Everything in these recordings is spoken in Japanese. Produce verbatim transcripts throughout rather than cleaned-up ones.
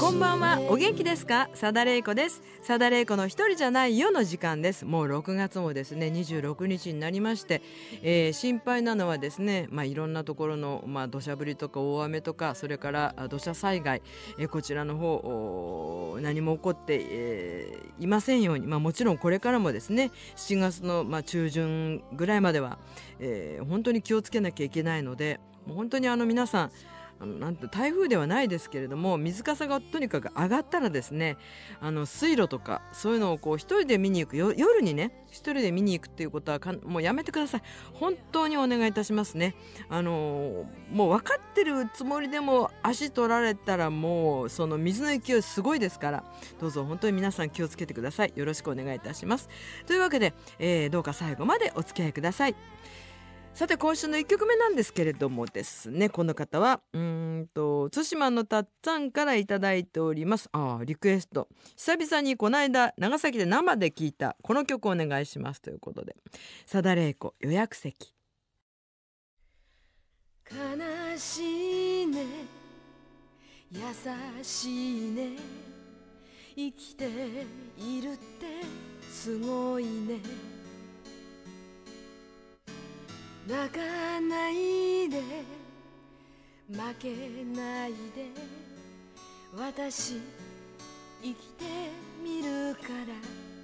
こんばんは、お元気ですか？佐田玲子です。佐田玲子の一人じゃないよの時間です。もうろくがつもですねにじゅうろくにちになりまして、えー、心配なのはですね、まあ、いろんなところの、まあ、土砂降りとか大雨とか、それから土砂災害、えー、こちらの方何も起こって、えー、いませんように、まあ、もちろんこれからもですねしちがつの、まあ、中旬ぐらいまでは、えー、本当に気をつけなきゃいけないので、もう本当にあの皆さん、あのなんて台風ではないですけれども、水かさがとにかく上がったらですね、あの水路とかそういうのをこう一人で見に行く、よ夜にね一人で見に行くっていうことはかもうやめてください。本当にお願いいたしますね。あのー、もう分かってるつもりでも足取られたらもうその水の勢いすごいですから、どうぞ本当に皆さん気をつけてください。よろしくお願いいたします。というわけで、えー、どうか最後までお付き合いください。さて今週のいっきょくめなんですけれどもですね、この方はうーんと対馬のたっつぁんからいただいております。あリクエスト、久々にこの間長崎で生で聞いたこの曲お願いしますということで、佐田玲子予約席。 悲しいね優しいね生きているってすごいね、泣かないで負けないで私生きてみるから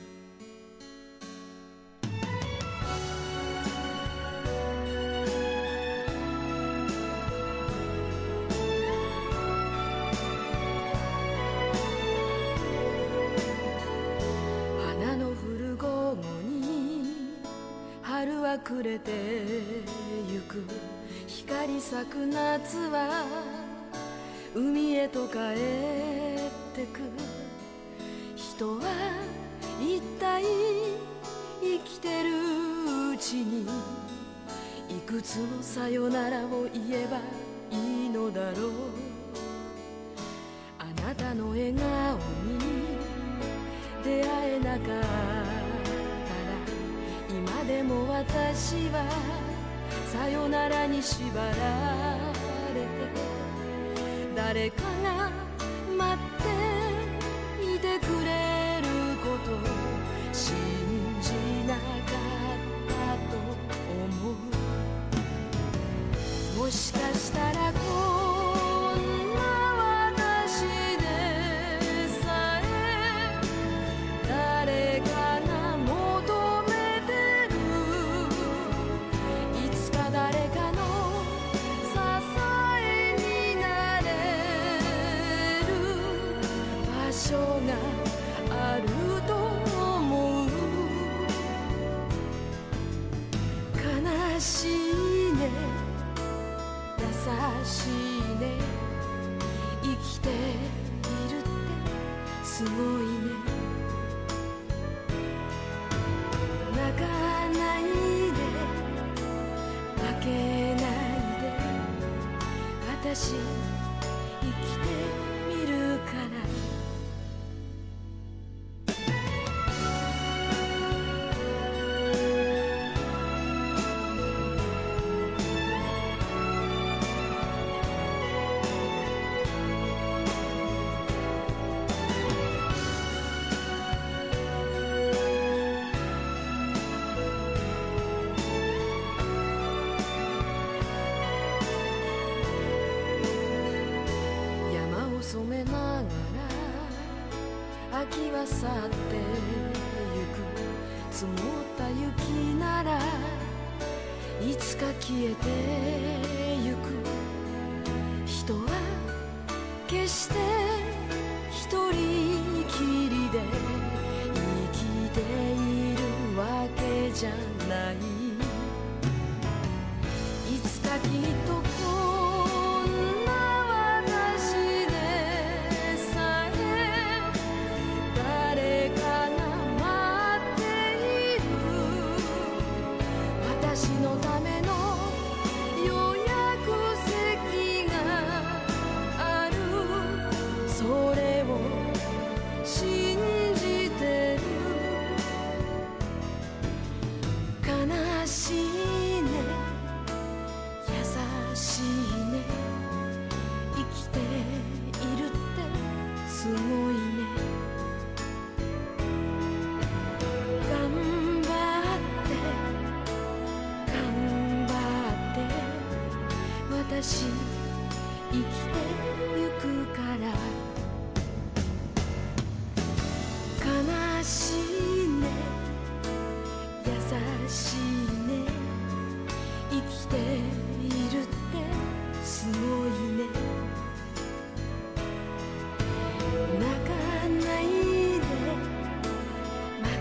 花の降る午後に春は暮れてゆく、光咲く夏は海へと帰ってく、人は一体生きてるうちにいくつのさよならを言えばいいのだろう。あなたの笑顔に出会えなかったら今でも私はさよならに縛られて、誰かが待っていてくれることを信じなかったと思う。もしかしたらこんな私でさえ誰かが求めてる、いつか誰かの支えになれる場所があると思う。悲しいね優しいね生きているってすごいね、泣かないで負けないで私生きてみるから。染めながら秋は去ってゆく、積もった雪ならいつか消えてゆく、人は決して一人きりで生きているわけじゃない、いつかきっと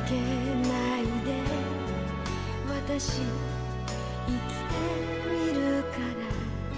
けないで私生きてみるから。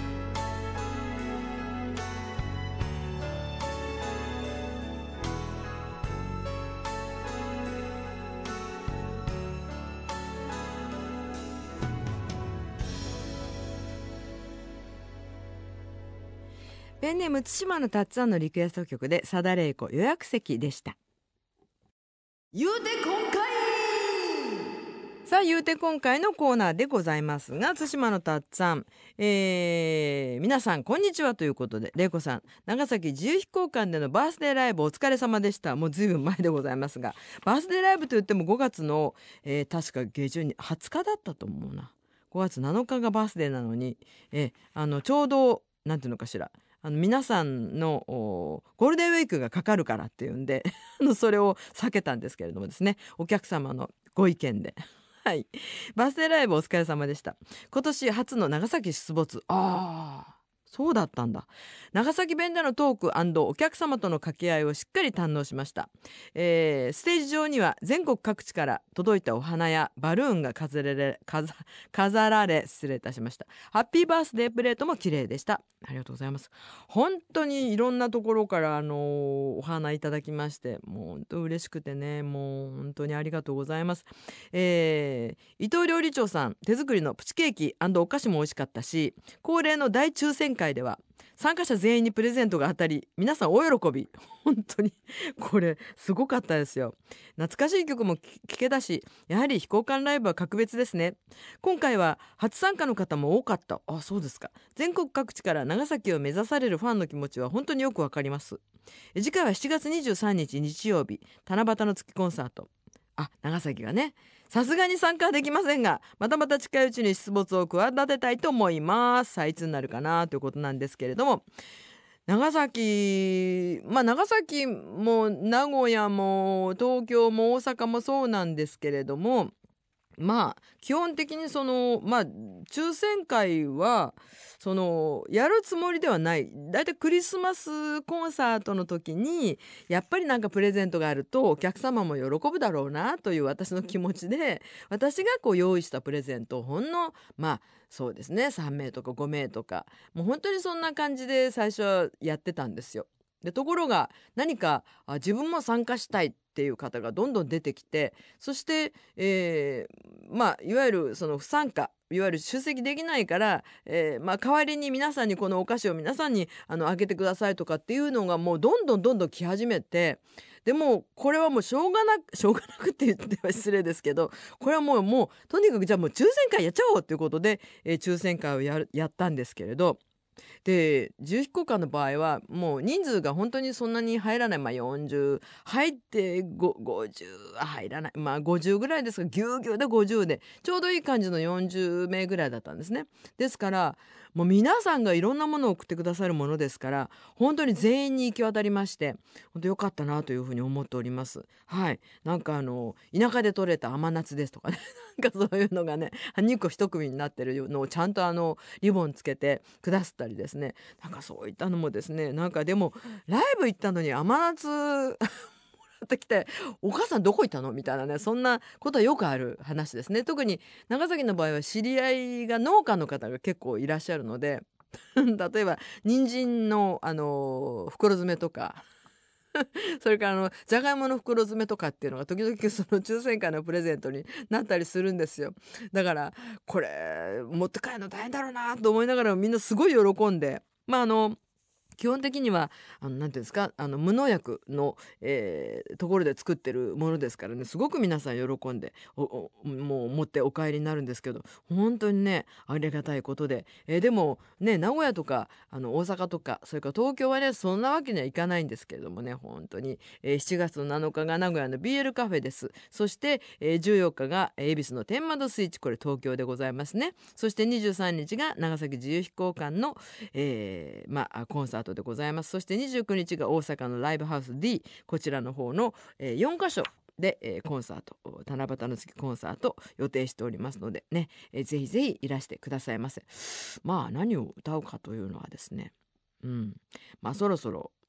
ペンネーム対馬のたっつぁんのリクエスト曲で佐田玲子予約席でした。 言うて今回さあ言うて今回のコーナーでございますが、対馬のたっつぁん、えー、皆さんこんにちはということで、玲子さん長崎自由飛行館でのバースデーライブお疲れ様でした。もうずいぶん前でございますが、バースデーライブといってもごがつの、えー、確か下旬にはつかだったと思うな。ごがつなのかがバースデーなのに、えー、あのちょうどなんていうのかしら、あの皆さんのゴールデンウィークがかかるからっていうんでそれを避けたんですけれどもですね、お客様のご意見ではい、バースデーライブお疲れ様でした。今年初の長崎出没。ああそうだったんだ。長崎弁でのトーク&お客様との掛け合いをしっかり堪能しました。えー、ステージ上には全国各地から届いたお花やバルーンが飾られ、飾、飾られ失礼いたしました。ハッピーバースデープレートも綺麗でした。ありがとうございます。本当にいろんなところから、あのー、お花いただきまして、もう本当嬉しくてね、もう本当にありがとうございます。えー、伊藤料理長さん手作りのプチケーキ&お菓子も美味しかったし、恒例の大抽選会では参加者全員にプレゼントが当たり、皆さん大喜び。本当にこれすごかったですよ。懐かしい曲も聴けたし、やはり飛行館ライブは格別ですね。今回は初参加の方も多かった。あ、そうですか。全国各地から長崎を目指されるファンの気持ちは本当によくわかります。次回はしちがつにじゅうさんにち日曜日、七夕の月コンサート。あ、長崎がね、さすがに参加はできませんが、またまた近いうちに出没を企てたいと思います。さあいつになるかなということなんですけれども、長崎、まあ長崎も名古屋も東京も大阪もそうなんですけれども、まあ基本的にそのまあ抽選会はそのやるつもりではない。だいたいクリスマスコンサートの時にやっぱりなんかプレゼントがあるとお客様も喜ぶだろうなという私の気持ちで、私がこう用意したプレゼントをほんのまあそうですねさんめいとかごめいとか、もう本当にそんな感じで最初はやってたんですよ。でところが何かあ自分も参加したいっていう方がどんどん出てきて、そして、えー、まあいわゆるその不参加、いわゆる出席できないから、えーまあ、代わりに皆さんにこのお菓子を皆さんにあのあげてくださいとかっていうのがもうどんどんどんどん来始めて、でもこれはもうしょうがなくしょうがなくって言っては失礼ですけど、これはもうもうとにかくじゃあもう抽選会やっちゃおうということで、えー、抽選会を や, やったんですけれど、で自由飛行館の場合はもう人数が本当にそんなに入らない、まあ、よんじゅう入ってごじゅうは入らない、まあごじゅうぐらいですが、ぎゅうぎゅうでごじゅうでちょうどいい感じのよんじゅうめいぐらいだったんですね。ですからもう皆さんがいろんなものを送ってくださるものですから、本当に全員に行き渡りまして、本当良かったなというふうに思っております。はい、なんかあの田舎で採れた甘夏ですとかねなんかそういうのがねにこ一組になってるのをちゃんとあのリボンつけてくださったりですね、なんかそういったのもですね、なんかでもライブ行ったのに甘夏もらってきて、お母さんどこ行ったのみたいなね、そんなことはよくある話ですね。特に長崎の場合は知り合いが農家の方が結構いらっしゃるので例えば人参のあの袋詰めとかそれからあのじゃがいもの袋詰めとかっていうのが時々その抽選会のプレゼントになったりするんですよ。だからこれ持って帰るの大変だろうなと思いながらみんなすごい喜んで、まああの基本的にはあのなんていうんですか、あの無農薬の、えーところで作ってるものですからね、すごく皆さん喜んでおおもう持ってお帰りになるんですけど、本当にねありがたいことで、えーでもね名古屋とかあの大阪とかそれから東京はねそんなわけにはいかないんですけれどもね、本当に、えーしちがつのなのかが名古屋の ビーエル カフェです。そして、えーじゅうよっかが恵比寿の天窓スイッチ、これ東京でございますね。そしてにじゅうさんにちが長崎自由飛行館の、えーまあ、コンサートでございます。そしてにじゅうくにちが大阪のライブハウス D、 こちらの方の、えー、よんかしょで、えー、コンサート、七夕の月コンサート予定しておりますのでね、えー、ぜひぜひいらしてくださいませ。まあ何を歌うかというのはですね、うん、まあそろそろ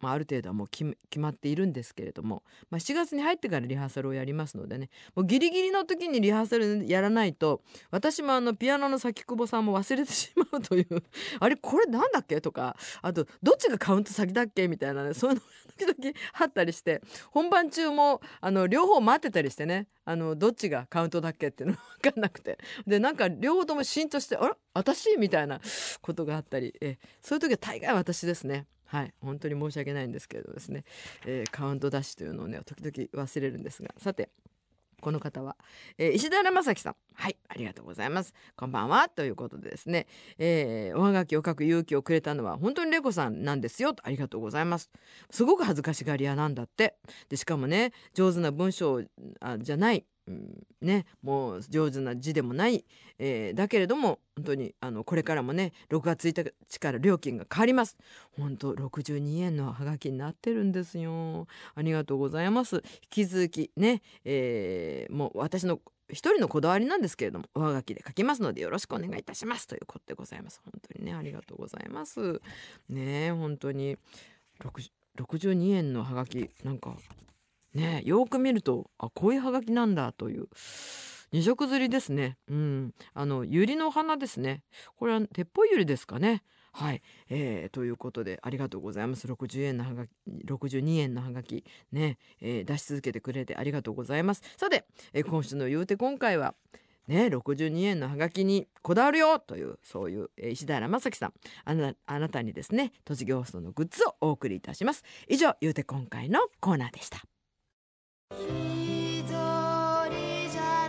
まあ、ある程度はもう決め決まっているんですけれども、まあ、しちがつに入ってからリハーサルをやりますのでね、もうギリギリの時にリハーサルやらないと、私もあのピアノの先久保さんも忘れてしまうというあれこれなんだっけとか、あとどっちがカウント先だっけみたいなね、そういうのが時々あったりして、本番中もあの両方待ってたりしてね、あのどっちがカウントだっけっていうの分かんなくて、でなんか両方ともシーンとして、あれ私みたいなことがあったり、えそういう時は大概私ですね。はい、本当に申し訳ないんですけれどですね、えーカウントダッシュというのをね時々忘れるんですが、さてこの方は、えー石田正樹さん、はい、ありがとうございます。こんばんはということでですね、えーおはがきを書く勇気をくれたのは本当にレコさんなんですよと、ありがとうございます。すごく恥ずかしがり屋なんだって。でしかもね、上手な文章あじゃない、うんね、もう上手な字でもない、えーだけれども本当にあのこれからもねろくがつついたちから料金が変わります。本当ろくじゅうにえんのハガキになってるんですよ。ありがとうございます。引き続きね、えーもう私の一人のこだわりなんですけれども、おはがきで書きますのでよろしくお願いいたしますということでございます。本当にねありがとうございますね。本当にろくじゅうにえんのハガキ、なんかねよく見ると、あこういうハガキなんだという二色釣りですね。うんあの百合の花ですね。これは鉄砲百合ですかね。はい、えーということでありがとうございます。ろくじゅうえんのハガキ、ろくじゅうにえんのハガキね、えー出し続けてくれてありがとうございます。さて、えー今週の言うて今回はね、ろくじゅうにえんのハガキにこだわるよという、そういう、えー石平正樹さん、あなあなたにですね栃木放送のグッズをお送りいたします。以上、言うて今回のコーナーでした。 一人じゃ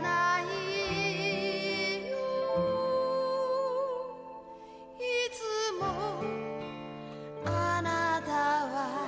ないよ、いつもあなたは。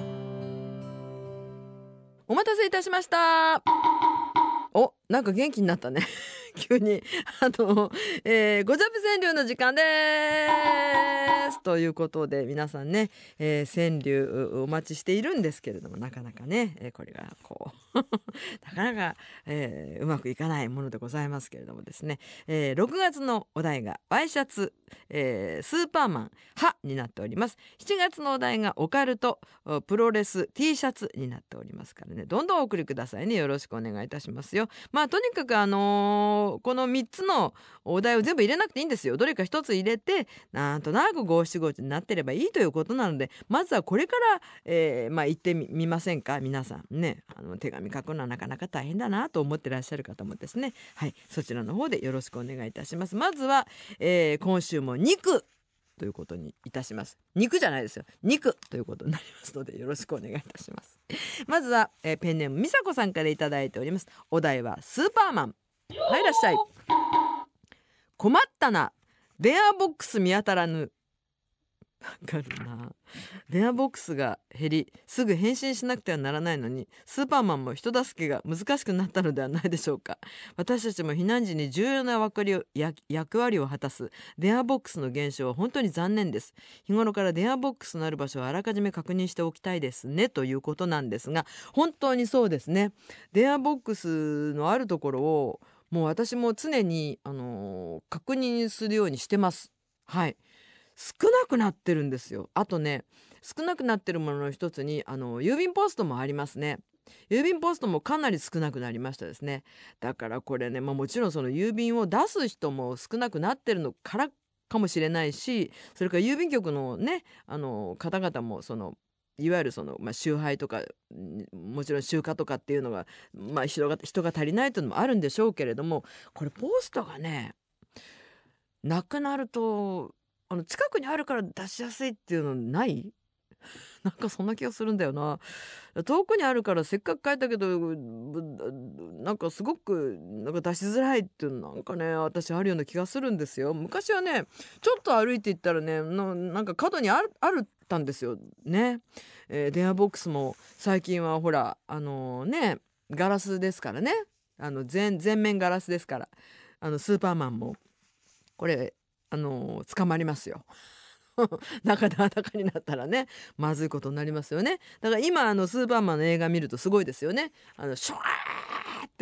お待たせいたしました。お、なんか元気になったね急にあの、えー、ごじゃぶ川柳の時間ですということで、皆さんね、えー、川柳お待ちしているんですけれども、なかなかね、えーこれがこうなかなか、えーうまくいかないものでございますけれどもですね、えーろくがつのお題がワイシャツ、えースーパーマン歯になっております。しちがつのお題がオカルトプロレス T シャツになっておりますからね、どんどんお送りくださいね。よろしくお願いいたしますよ。まあとにかくあのーこのみっつのお題を全部入れなくていいんですよ。どれか一つ入れてなんとなく五七五になってればいいということなので、まずはこれから、えーまあ言ってみみませんか。皆さんね、あの手紙書くのはなかなか大変だなと思ってらっしゃる方もですね、はい、そちらの方でよろしくお願いいたします。まずは、えー今週も肉ということにいたします。肉じゃないですよ、肉ということになりますのでよろしくお願いいたします。まずは、えーペンネームみさこさんからいただいております。お題はスーパーマン。はい、いらっしゃい。困ったな、電話ボックス見当たらぬ。わかるな。電話ボックスが減りすぐ返信しなくてはならないのに、スーパーマンも人助けが難しくなったのではないでしょうか。私たちも避難時に重要な役割をや役割を果たす電話ボックスの減少は本当に残念です。日頃から電話ボックスのある場所をあらかじめ確認しておきたいですねということなんですが、本当にそうですね。電話ボックスのあるところをもう私も常に、あのー確認するようにしてます。はい、少なくなってるんですよ。あとね、少なくなってるものの一つにあの郵便ポストもありますね。郵便ポストもかなり少なくなりましたですね。だからこれね、まあ、もちろんその郵便を出す人も少なくなってるのからかもしれないし、それから郵便局のねあの方々もそのいわゆるその、まあ、集配とかんもちろん集荷とかっていうのが、まあ、人が人が足りないというのもあるんでしょうけれども、これポストがねなくなると、あの近くにあるから出しやすいっていうのないなんかそんな気がするんだよな。遠くにあるからせっかく書いたけどぶなんかすごくなんか出しづらいっていうのなんかね私あるような気がするんですよ。昔はねちょっと歩いていったらねななんか角にあるあるったんですよね。えー電話ボックスも最近はほらあのねガラスですからね、あの全全面ガラスですから、あのスーパーマンもこれあの捕まりますよ中で裸になったらねまずいことになりますよね。だから今あのスーパーマンの映画見るとすごいですよね。あのシュワーって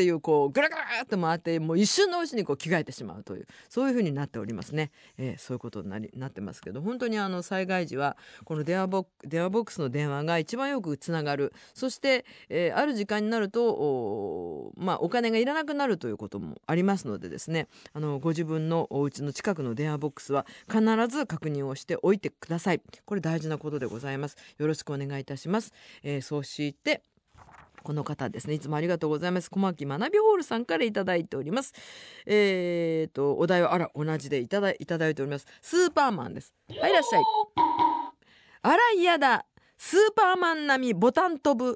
っていうこうぐるぐるって回ってもう一瞬のうちにこう着替えてしまうというそういう風になっておりますね、えー、そういうことになりなってますけど、本当にあの災害時はこの電話ボック電話ボックスの電話が一番よくつながる。そして、えー、ある時間になると お,、まあ、お金がいらなくなるということもありますのでですね、あのご自分のお家の近くの電話ボックスは必ず確認をしておいてください。これ大事なことでございます。よろしくお願いいたします。えー、そしてこの方ですね、いつもありがとうございます。小牧学びホールさんからいただいております。えーとお題はあら同じでいただいいただいております。スーパーマンです。はい、いらっしゃい。あら嫌だ、スーパーマン並みボタン飛ぶ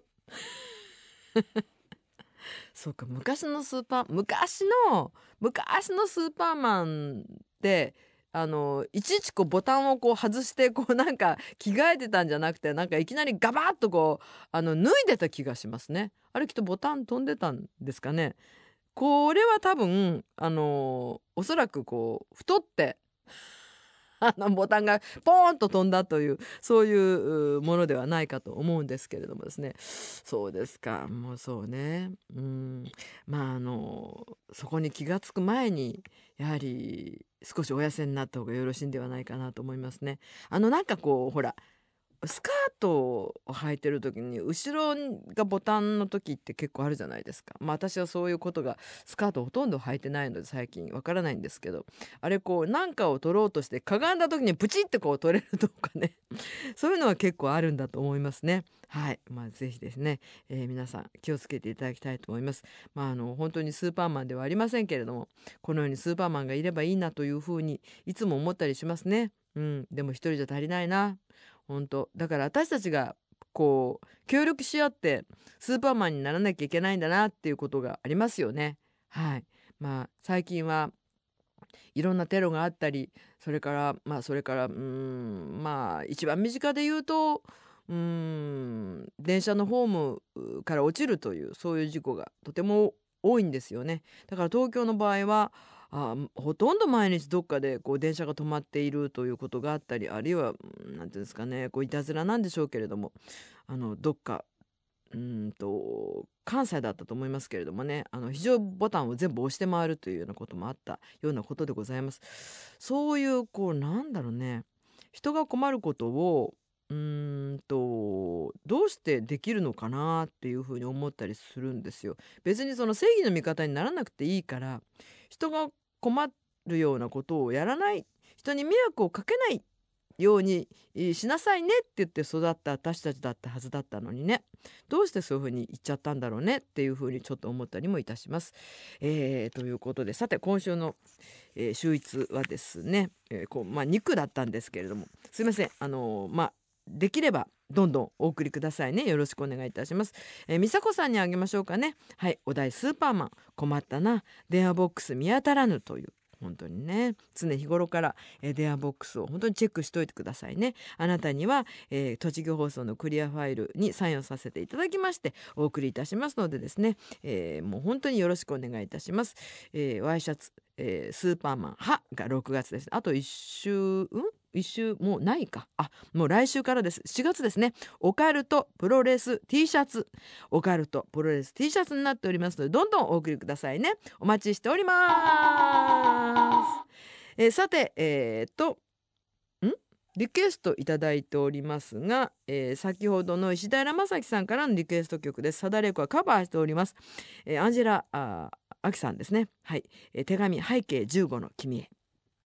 そうか、昔のスーパー昔の昔のスーパーマンってあのいちいちこうボタンをこう外してこうなんか着替えてたんじゃなくて、なんかいきなりガバッとこうあの脱いでた気がしますね。あれきっとボタン飛んでたんですかね。これは多分あのおそらくこう太ってあのボタンがポーンと飛んだというそういうものではないかと思うんですけれどもですね。そうですか、もうそうね、うんまああのそこに気がつく前にやはり少しお痩せになった方がよろしいんではないかなと思いますね。あのなんかこうほらスカートを履いてる時に後ろがボタンの時って結構あるじゃないですか。まあ私はそういうことがスカートほとんど履いてないので最近わからないんですけど、あれこう何かを取ろうとしてかがんだ時にプチってこう取れるとかねそういうのは結構あるんだと思いますね。はい、まあぜひですね、えー皆さん気をつけていただきたいと思います。まああの本当にスーパーマンではありませんけれども、このようにスーパーマンがいればいいなというふうにいつも思ったりしますね。うん、でも一人じゃ足りないな。本当だから私たちがこう協力し合ってスーパーマンにならなきゃいけないんだなっていうことがありますよね。はい、まあ最近はいろんなテロがあったり、それからまあそれからうーんまあ一番身近で言うとうーん電車のホームから落ちるというそういう事故がとても多いんですよね。だから東京の場合はあほとんど毎日どっかでこう電車が止まっているということがあったり、あるいはうんなんていうんですかね、こういたずらなんでしょうけれども、あのどっかうーんと関西だったと思いますけれどもね、あの非常ボタンを全部押して回るというようなこともあったようなことでございます。そういうこうなんだろうね、人が困ることをうーんとどうしてできるのかなっていうふうに思ったりするんですよ。別にその正義の味方にならなくていいから、人が困るようなことをやらない、人に迷惑をかけないようにえーしなさいねって言って育った私たちだったはずだったのにね、どうしてそういうふうに言っちゃったんだろうねっていうふうにちょっと思ったりもいたします。えーということで、さて今週の、えー、週一はですね、えーこうまあ、肉だったんですけれども、すいません、あのーまあできればどんどんお送りくださいね。よろしくお願いいたします。えー、美佐子さんにあげましょうかね。はい、お題スーパーマン、困ったな、電話ボックス見当たらぬという、本当にね常日頃から、えー、電話ボックスを本当にチェックしておいてくださいね。あなたには、えー、栃木放送のクリアファイルにサインをさせていただきましてお送りいたしますのでですね、えー、もう本当によろしくお願いいたします。えー、ワイシャツ、えー、スーパーマンはがろくがつです。あといっ週うん一週もうないか、あもう来週からです。しがつですね。オカルトプロレス T シャツ、オカルトプロレス T シャツになっておりますので、どんどんお送りくださいね。お待ちしております。えーさてえー、っとんリクエストいただいておりますが、えー先ほどの石平正樹さんからのリクエスト曲です。サダレイコはカバーしております。えーアンジェラあアキさんですね。はい、えー手紙背景じゅうごの君へ。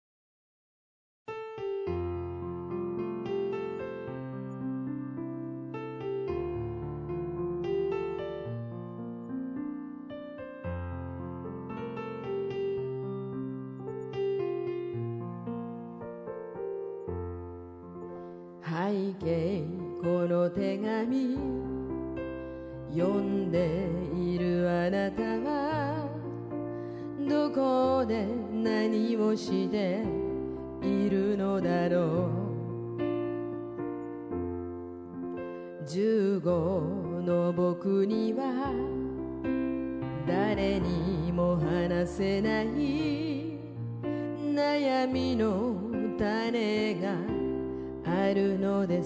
背景この手紙読んでいるあなたはどこで何をしているのだろう。じゅうごの僕には誰にも話せない悩みの種があるのです。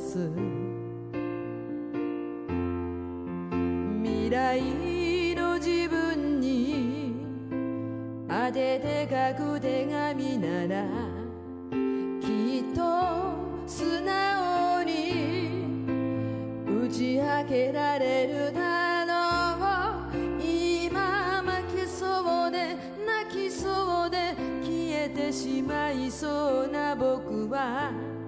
未来の自分にてて書く手紙ならきっと素直に打ち明けられるだろう。今負けそうで泣きそうで消えてしまいそうな僕は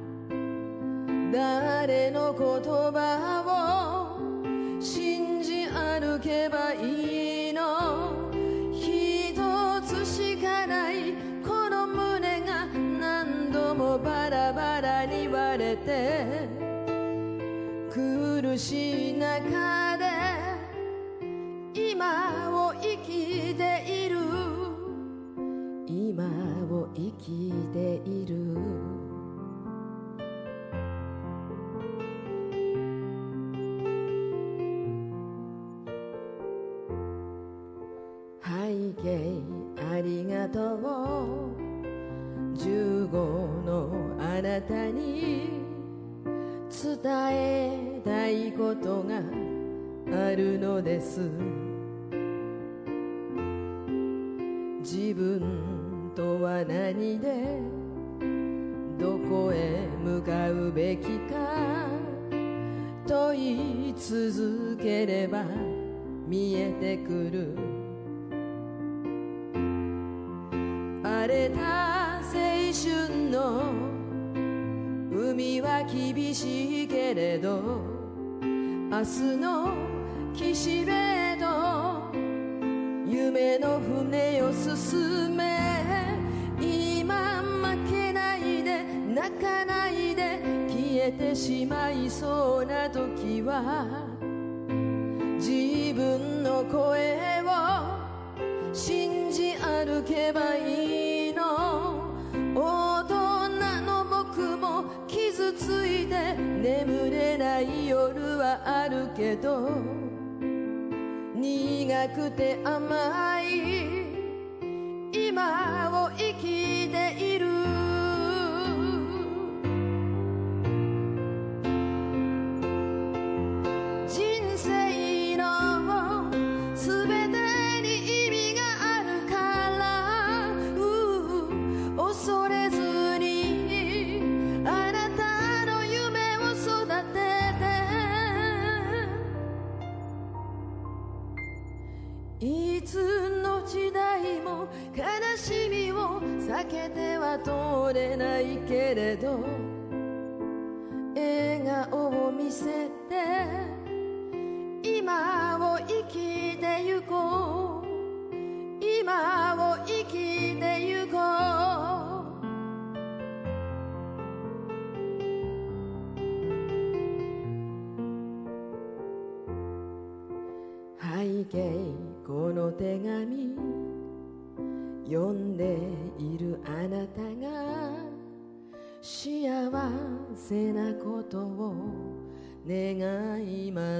誰の言葉を信じ歩けばいいの。一つしかないこの胸が何度もバラバラに割れて苦しい中で今を生きている今を生きている。背景ありがとうじゅうごのあなたに伝えたいことがあるのです。自分とは何でどこへ向かうべきか問い続ければ見えてくる。荒れた青春の海は厳しいけれど明日の岸辺と夢の船を進め。今負けないで泣かないで消えてしまいそうな時は自分の声を信じ歩けばいいの。大人の僕も傷ついて眠れない夜はあるけど苦くて甘い今を生きている。人生のすべてに意味があるから恐れずにあなたの夢を育てていつの時代も悲しみを避けては通れないけれど笑顔を見せて今を生きてゆこう今を生きてゆこう。背景この手紙読んでいるあなたが幸せなことを願います。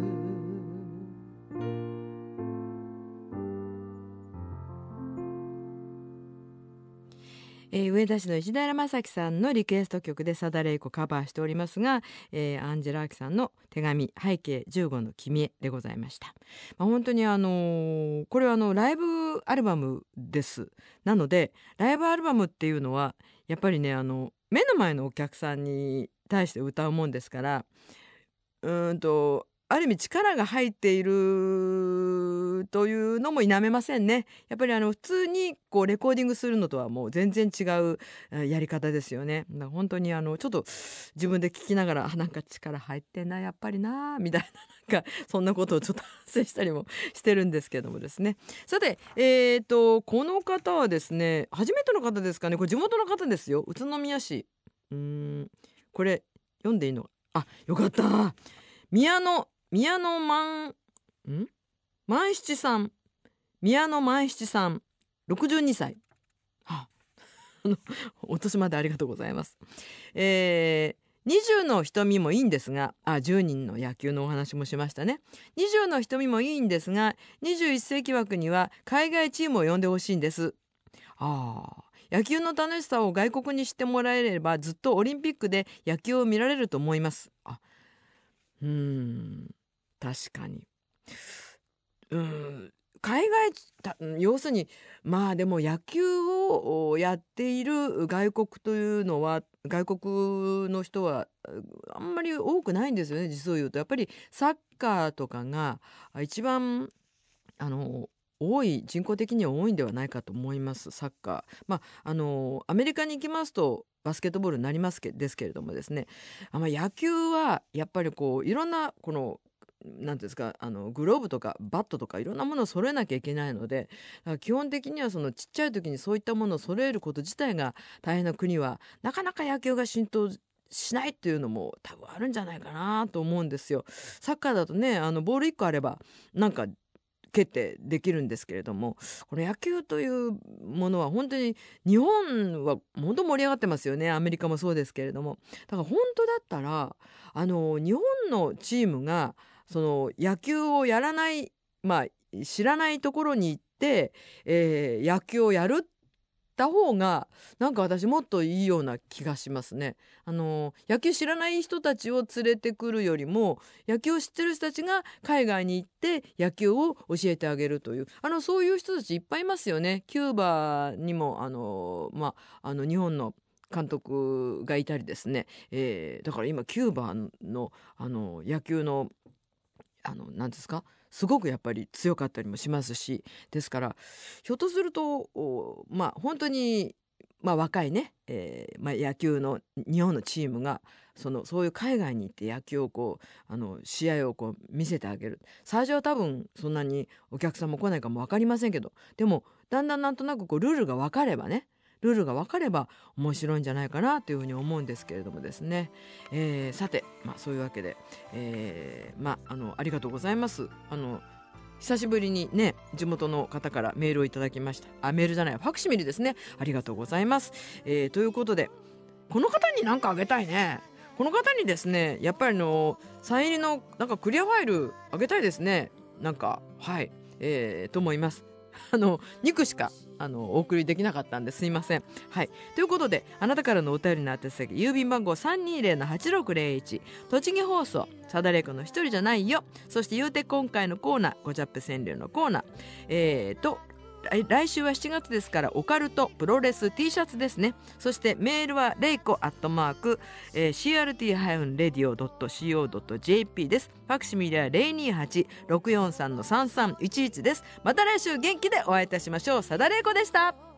えー、上田市の石平正樹さんのリクエスト曲でさだれいこカバーしておりますが、えー、アンジェラ・アキさんの手紙背景じゅうごの君へでございました。まあ、本当にあのー、これはあのライブアルバムです。なのでライブアルバムっていうのはやっぱりねあの目の前のお客さんに対して歌うもんですからうーんとある意味力が入っているというのも否めませんね。やっぱりあの普通にこうレコーディングするのとはもう全然違うやり方ですよね。だから本当にあのちょっと自分で聞きながらなんか力入ってんなやっぱりなみたいな、なんかそんなことをちょっと反省したりもしてるんですけどもですね。さて、えーとこの方はですね初めての方ですかね。これ地元の方ですよ。宇都宮市。うーんこれ読んでいいの？あ、よかった。宮野宮野万ん万七さん宮野万七さんろくじゅうにさい、はあ、お年までありがとうございます。えー、にじゅうの瞳もいいんですがあじゅうにんの野球のお話もしましたね。にじゅうの瞳もいいんですがにじゅういっ世紀枠には海外チームを呼んでほしいんです。あー野球の楽しさを外国に知ってもらえればずっとオリンピックで野球を見られると思います。あうーん確かにうーん海外た要するにまあでも野球をやっている外国というのは外国の人はあんまり多くないんですよね。実を言うとやっぱりサッカーとかが一番あの多い人口的には多いんではないかと思います。サッカー、まあ、あのアメリカに行きますとバスケットボールになりますけですけれどもですね、あまあ野球はやっぱりこういろんなこのなんていうんですか、あのグローブとかバットとかいろんなものを揃えなきゃいけないので、だから基本的にはそのちっちゃい時にそういったものを揃えること自体が大変な国はなかなか野球が浸透しないっていうのも多分あるんじゃないかなと思うんですよ。サッカーだとね、あのボールいっこあればなんか蹴ってできるんですけれども、この野球というものは本当に日本は本当盛り上がってますよね。アメリカもそうですけれども、だから本当だったらあの日本のチームがその野球をやらない、まあ知らないところに行って、えー野球をやるった方がなんか私もっといいような気がしますね。あの野球知らない人たちを連れてくるよりも野球を知ってる人たちが海外に行って野球を教えてあげるというあのそういう人たちいっぱいいますよね。キューバにもあの、まあ、あの日本の監督がいたりですね、えーだから今キューバの、あの野球のあのなんですかすごくやっぱり強かったりもしますし、ですからひょっとするとおまあ本当に、まあ、若いね、えーまあ、野球の日本のチームがそのそういう海外に行って野球をこうあの試合をこう見せてあげる。最初は多分そんなにお客さんも来ないかも分かりませんけど、でもだんだんなんとなくこうルールが分かればねルールが分かれば面白いんじゃないかなというふうに思うんですけれどもですね、えーさて、まあ、そういうわけで、えーまあ、あのありがとうございます。あの久しぶりにね地元の方からメールをいただきました。あメールじゃないファクシミリですね。ありがとうございます、えーということでこの方に何かあげたいね。この方にですねやっぱりのサイン入りのなんかクリアファイルあげたいですね。なんかはい、えーと思います。あのにくしかあのお送りできなかったんですいません。はい、ということであなたからのお便りの宛先郵便番号 さんにーぜろのはちろくぜろいち 栃木放送さだれいこの一人じゃないよ。そして言うて今回のコーナーごチャップ川柳のコーナー、えーと来来週はしちがつですからオカルトプロレス T シャツですね。そしてメールはレイコアットマーク シーアールティー レディオ ドット シーオー ドット ジェーピー です。ファクシミリは ゼロにーはち ろくよんさん さんさんいちいちです。また来週元気でお会いいたしましょう。さだれいこでした。